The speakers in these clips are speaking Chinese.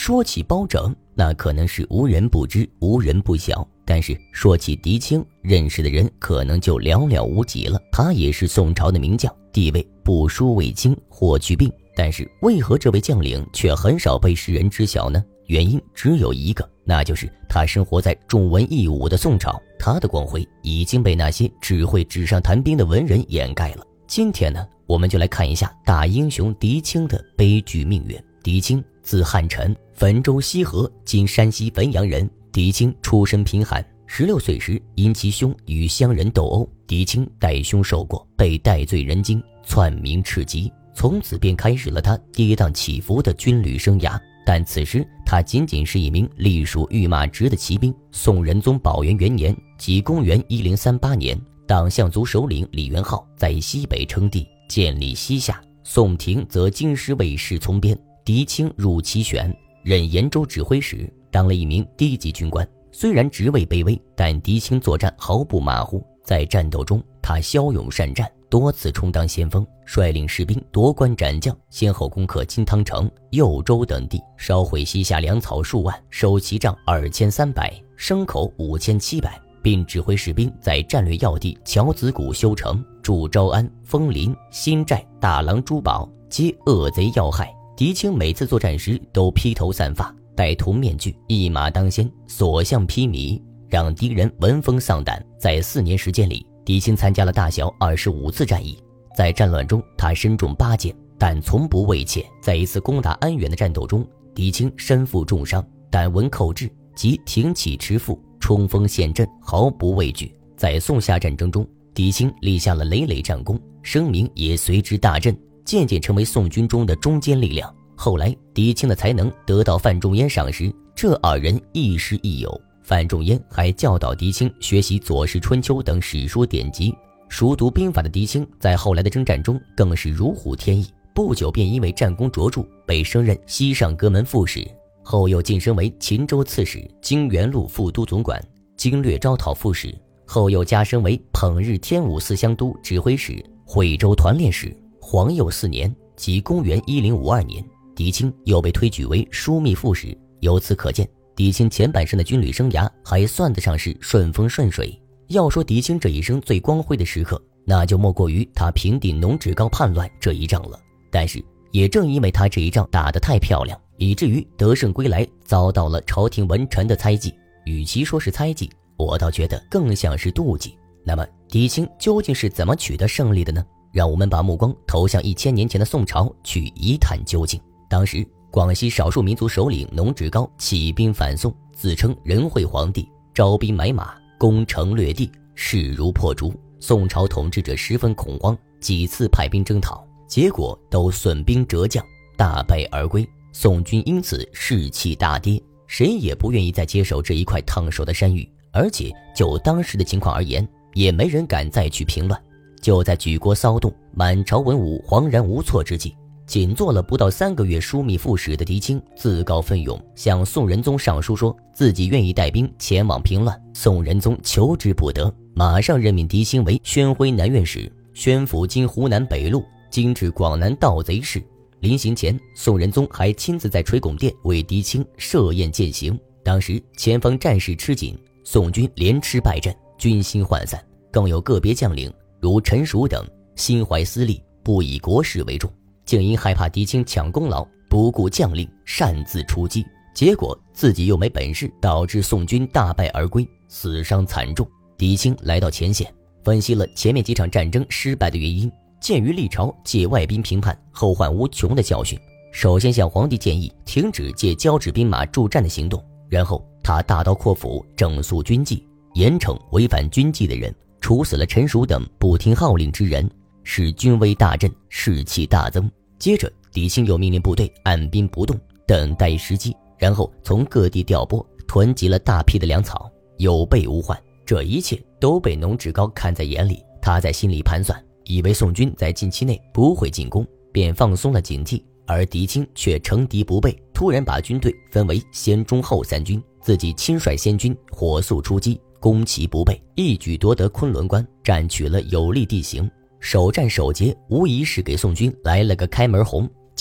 说起包拯，那可能是无人不知，无人不晓。但是说起狄青，认识的人可能就寥寥无几了。他也是宋朝的名将，地位不输卫青、霍去病。但是为何这位将领却很少被世人知晓呢？原因只有一个，那就是他生活在重文抑武的宋朝，他的光辉已经被那些只会纸上谈兵的文人掩盖了。今天呢，我们就来看一下大英雄狄青的悲剧命运。狄青字汉臣，汾州西河（今山西汾阳人）。狄青出身贫寒，16岁时因其兄与乡人斗殴，狄青代兄受过，被戴罪人京，篡名斥疾，从此便开始了他跌宕起伏的军旅生涯。但此时他仅仅是一名隶属御马直的骑兵。宋仁宗宝元元年，即公元1038年，党项族首领李元昊在西北称帝，建立西夏。宋廷则京师卫士从边，狄青入齐旋，任延州指挥使，当了一名低级军官。虽然职位卑微，但狄青作战毫不马虎。在战斗中，他骁勇善战，多次充当先锋，率领士兵夺关斩将，先后攻克金汤城、右州等地，烧毁西夏粮草数万，收其帐2300，牲口5700，并指挥士兵在战略要地乔子谷修城，驻招安、枫林、新寨、大郎珠宝，皆恶贼要害。狄青每次作战时都披头散发，戴铜面具，一马当先，所向披靡，让敌人闻风丧胆。在4年时间里，狄青参加了大小25次战役，在战乱中他身中8箭，但从不畏怯。在一次攻打安远的战斗中，狄青身负重伤，但闻寇至，即挺起持斧，冲锋陷阵，毫不畏惧。在宋夏战争中，狄青立下了累累战功，声名也随之大振，渐渐成为宋军中的中坚力量。后来狄青的才能得到范仲淹赏识，这2人亦师亦友。范仲淹还教导狄青学习《左氏春秋》等史书典籍。熟读兵法的狄青在后来的征战中更是如虎添翼，不久便因为战功卓著被升任西上阁门副使，后又晋升为秦州刺史、荆原路副都总管、经略招讨副使，后又加升为捧日天武司乡都指挥使、惠州团练使。皇佑4年，即公元1052年，狄青又被推举为枢密副使。由此可见，狄青前半生的军旅生涯还算得上是顺风顺水。要说狄青这一生最光辉的时刻，那就莫过于他平定农志高叛乱这一仗了。但是也正因为他这一仗打得太漂亮，以至于得胜归来遭到了朝廷文臣的猜忌。与其说是猜忌，我倒觉得更像是妒忌。那么狄青究竟是怎么取得胜利的呢？让我们把目光投向1000年前的宋朝，去一探究竟。当时广西少数民族首领农志高起兵反宋，自称仁惠皇帝，招兵买马，攻城略地，势如破竹。宋朝统治者十分恐慌，几次派兵征讨，结果都损兵折将，大败而归。宋军因此士气大跌，谁也不愿意再接手这一块烫手的山芋，而且就当时的情况而言，也没人敢再去平乱。就在举国骚动、满朝文武惶然无措之际，仅做了不到3个月枢密副使的狄青自告奋勇，向宋仁宗上书说自己愿意带兵前往平乱。宋仁宗求之不得，马上任命狄青为宣徽南院使，宣抚今湖南北路，今至广南盗贼事。临行前，宋仁宗还亲自在垂拱殿为狄青设宴饯行。当时前方战事吃紧，宋军连吃败阵，军心涣散，更有个别将领如陈叔等心怀私利，不以国事为重，竟因害怕狄青抢功劳，不顾将令，擅自出击，结果自己又没本事，导致宋军大败而归，死伤惨重。狄青来到前线，分析了前面几场战争失败的原因，鉴于历朝借外兵平叛后患无穷的教训，首先向皇帝建议停止借交趾兵马助战的行动，然后他大刀阔斧整肃军纪，严惩违反军纪的人，处死了陈叔等不听号令之人，使军威大振，士气大增。接着狄青又命令部队按兵不动，等待时机，然后从各地调拨，囤积了大批的粮草，有备无患。这一切都被农志高看在眼里，他在心里盘算，以为宋军在近期内不会进攻，便放松了警惕。而狄青却乘敌不备，突然把军队分为先中后3军，自己亲率先军火速出击，攻其不备，一举夺得昆仑关，占取了有利地形。首战首捷无疑是给宋军来了个开门红。接着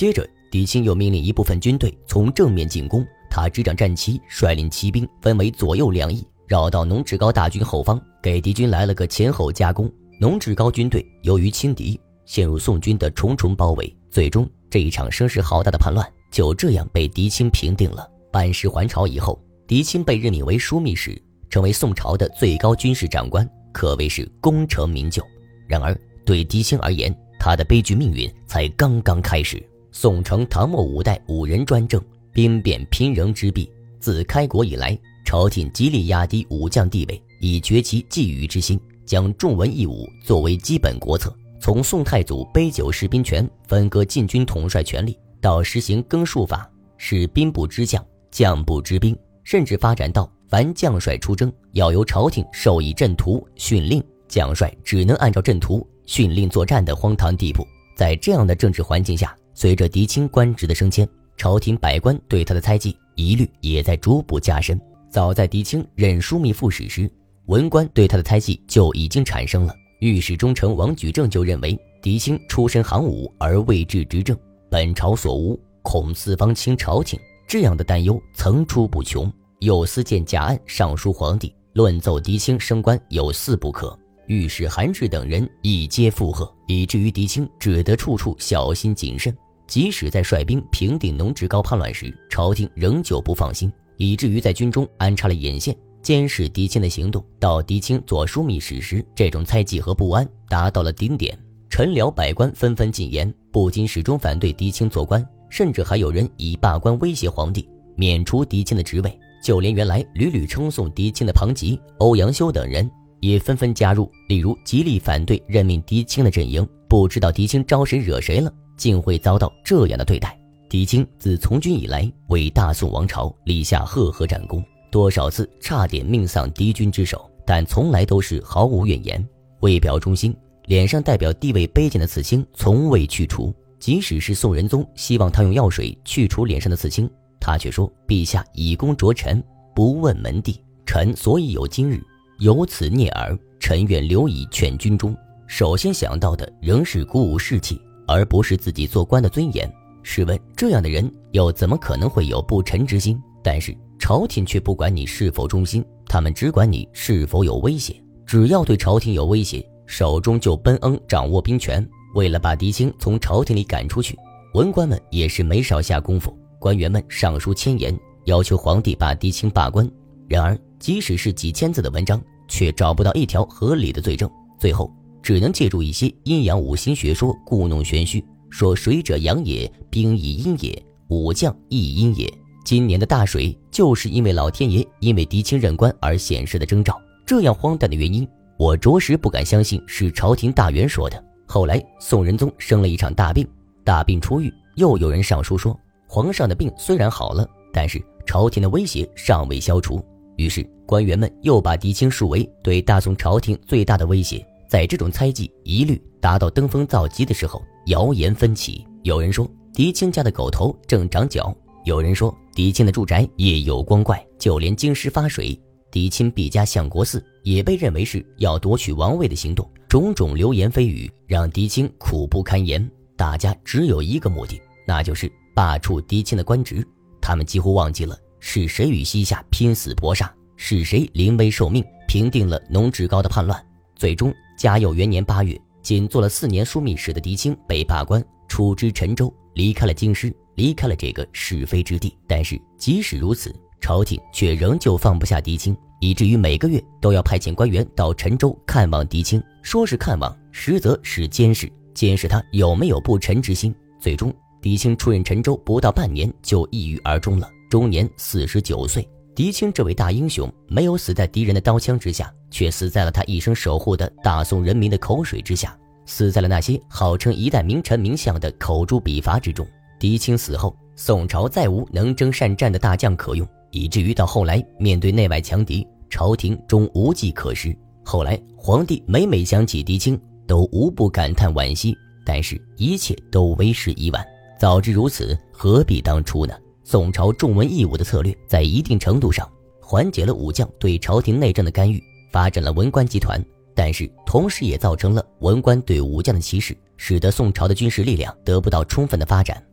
狄青又命令一部分军队从正面进攻，他执掌战旗，率领骑兵分为左右两翼，绕到农志高大军后方，给敌军来了个前后夹攻。农志高军队由于轻敌，陷入宋军的重重包围，最终这一场声势浩大的叛乱就这样被狄青平定了。班师还朝以后，狄青被任命为枢密使，成为宋朝的最高军事长官，可谓是功成名就。然而对狄青而言，他的悲剧命运才刚刚开始。宋承唐末5代5人专政，兵变频仍之弊，自开国以来，朝廷极力压低武将地位，以绝其觊觎之心，将重文抑武作为基本国策。从宋太祖杯酒释兵权，分割禁军统帅权力，到实行更戍法，使兵不知将，将不知兵，甚至发展到凡将帅出征，要由朝廷授以阵图训令，将帅只能按照阵图训令作战的荒唐地步。在这样的政治环境下，随着狄青官职的升迁，朝廷百官对他的猜忌疑虑也在逐步加深。早在狄青任枢密副使时，文官对他的猜忌就已经产生了。御史中丞王举正就认为，狄青出身行伍而未至执政，本朝所无，恐四方倾朝廷，这样的担忧层出不穷。又私见假案上书皇帝，论奏狄青升官有4不可。御史韩志等人亦皆附和，以至于狄青只得处处小心谨慎。即使在率兵平定农志高叛乱时，朝廷仍旧不放心，以至于在军中安插了眼线，监视狄青的行动。到狄青做枢密使时，这种猜忌和不安达到了顶点，臣僚百官纷纷进言，不仅始终反对狄青做官，甚至还有人以罢官威胁皇帝，免除狄青的职位。就连原来屡屡称颂狄青的庞吉、欧阳修等人也纷纷加入，例如极力反对任命狄青的阵营。不知道狄青招谁惹谁了，竟会遭到这样的对待。狄青自从军以来，为大宋王朝立下赫赫战功，多少次差点命丧敌军之手，但从来都是毫无怨言。为表忠心，脸上代表地位卑贱的刺青从未去除，即使是宋仁宗希望他用药水去除脸上的刺青，他却说：陛下以功着臣，不问门第，臣所以有今日，有此孽耳，臣愿留以劝军中。首先想到的仍是鼓舞士气，而不是自己做官的尊严。试问这样的人又怎么可能会有不臣之心？但是朝廷却不管你是否忠心，他们只管你是否有威胁。只要对朝廷有威胁，手中就奔掌握兵权。为了把狄青从朝廷里赶出去，文官们也是没少下功夫。官员们上书千言，要求皇帝把狄青罢官。然而即使是几千字的文章，却找不到一条合理的罪证，最后只能借助一些阴阳五行学说故弄玄虚，说水者阳也，兵亦阴也，武将亦阴也。今年的大水就是因为老天爷因为狄青任官而显示的征兆。这样荒诞的原因，我着实不敢相信是朝廷大员说的。后来宋仁宗生了一场大病，大病初愈，又有人上书说，皇上的病虽然好了，但是朝廷的威胁尚未消除。于是官员们又把狄青树为对大宋朝廷最大的威胁。在这种猜忌疑虑达到登峰造极的时候，谣言纷起。有人说狄青家的狗头正长角，有人说狄青的住宅夜有光怪，就连京师发水，狄青毕家相国寺也被认为是要夺取王位的行动。种种流言蜚语让狄青苦不堪言，大家只有一个目的，那就是罢黜狄青的官职。他们几乎忘记了是谁与西夏拼死搏杀，是谁临危受命平定了农志高的叛乱。最终嘉佑元年8月，仅做了4年枢密使的狄青被罢官，出知陈州，离开了京师，离开了这个是非之地。但是即使如此，朝廷却仍旧放不下狄青，以至于每个月都要派遣官员到陈州看望狄青，说是看望，实则是监视，监视他有没有不臣之心。最终狄青出任陈州不到半年就抑郁而终了，终年49岁。狄青这位大英雄没有死在敌人的刀枪之下，却死在了他一生守护的大宋人民的口水之下，死在了那些号称一代名臣名相的口诛笔伐之中。狄青死后，宋朝再无能征善战的大将可用，以至于到后来面对内外强敌，朝廷终无计可施。后来皇帝每每想起狄青，都无不感叹惋惜，但是一切都为时已晚。早知如此，何必当初呢？宋朝重文抑武的策略在一定程度上缓解了武将对朝廷内政的干预，发展了文官集团，但是同时也造成了文官对武将的歧视，使得宋朝的军事力量得不到充分的发展。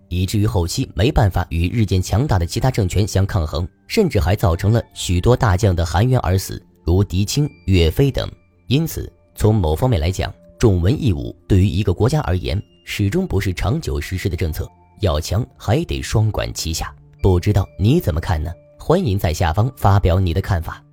以至于后期没办法与日渐强大的其他政权相抗衡，甚至还造成了许多大将的含冤而死，如狄青、岳飞等。因此，从某方面来讲，重文抑武对于一个国家而言，始终不是长久实施的政策，要强还得双管齐下。不知道你怎么看呢？欢迎在下方发表你的看法。